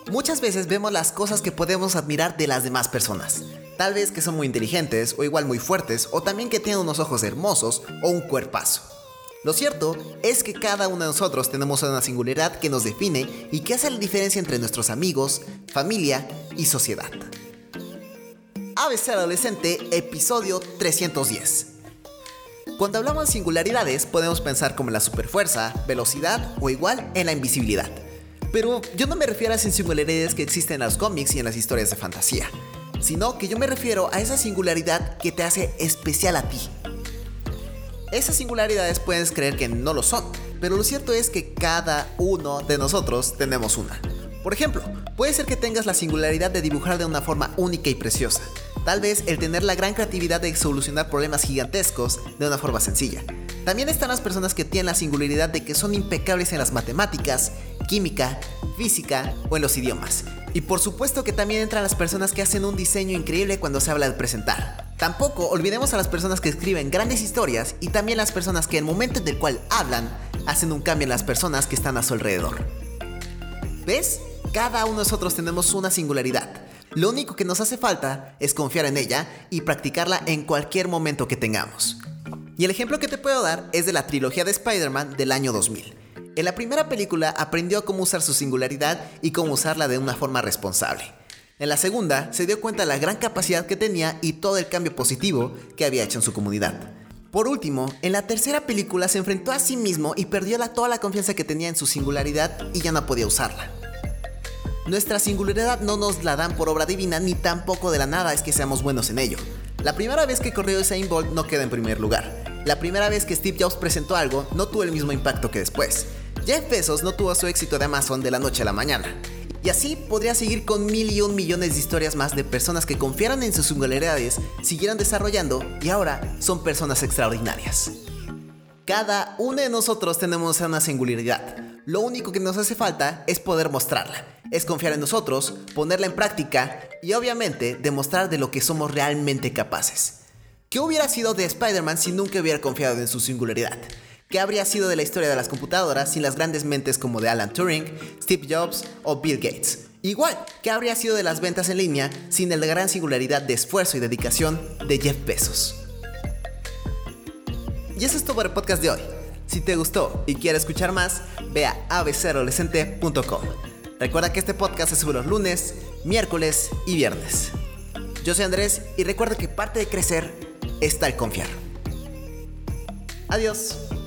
Muchas veces vemos las cosas que podemos admirar de las demás personas. Tal vez que son muy inteligentes, o igual muy fuertes, o también que tienen unos ojos hermosos, o un cuerpazo. Lo cierto es que cada uno de nosotros tenemos una singularidad que nos define y que hace la diferencia entre nuestros amigos, familia y sociedad. ABC Adolescente, episodio 310. Cuando hablamos de singularidades, podemos pensar como en la superfuerza, velocidad o igual en la invisibilidad. Pero yo no me refiero a las singularidades que existen en los cómics y en las historias de fantasía, sino que yo me refiero a esa singularidad que te hace especial a ti. Esas singularidades puedes creer que no lo son, pero lo cierto es que cada uno de nosotros tenemos una. Por ejemplo, puede ser que tengas la singularidad de dibujar de una forma única y preciosa. Tal vez el tener la gran creatividad de solucionar problemas gigantescos de una forma sencilla. También están las personas que tienen la singularidad de que son impecables en las matemáticas, química, física o en los idiomas. Y por supuesto que también entran las personas que hacen un diseño increíble cuando se habla de presentar. Tampoco olvidemos a las personas que escriben grandes historias y también las personas que en el momento en el cual hablan, hacen un cambio en las personas que están a su alrededor. ¿Ves? Cada uno de nosotros tenemos una singularidad. Lo único que nos hace falta es confiar en ella y practicarla en cualquier momento que tengamos. Y el ejemplo que te puedo dar es de la trilogía de Spider-Man del año 2000. En la primera película aprendió cómo usar su singularidad y cómo usarla de una forma responsable. En la segunda se dio cuenta de la gran capacidad que tenía y todo el cambio positivo que había hecho en su comunidad. Por último, en la tercera película se enfrentó a sí mismo y perdió toda la confianza que tenía en su singularidad y ya no podía usarla. Nuestra singularidad no nos la dan por obra divina ni tampoco de la nada es que seamos buenos en ello. La primera vez que corrió Usain Bolt no quedó en primer lugar. La primera vez que Steve Jobs presentó algo no tuvo el mismo impacto que después. Jeff Bezos no tuvo su éxito de Amazon de la noche a la mañana. Y así podría seguir con 1.000.000 millones de historias más de personas que confiaron en sus singularidades, siguieron desarrollando y ahora son personas extraordinarias. Cada uno de nosotros tenemos una singularidad. Lo único que nos hace falta es poder mostrarla. Es confiar en nosotros, ponerla en práctica y obviamente demostrar de lo que somos realmente capaces. ¿Qué hubiera sido de Spider-Man si nunca hubiera confiado en su singularidad? ¿Qué habría sido de la historia de las computadoras sin las grandes mentes como de Alan Turing, Steve Jobs o Bill Gates? Igual, ¿qué habría sido de las ventas en línea sin la gran singularidad de esfuerzo y dedicación de Jeff Bezos? Y eso es todo por el podcast de hoy. Si te gustó y quieres escuchar más, ve a abcadolescente.com. Recuerda que este podcast se sube los lunes, miércoles y viernes. Yo soy Andrés y recuerda que parte de crecer está el confiar. Adiós.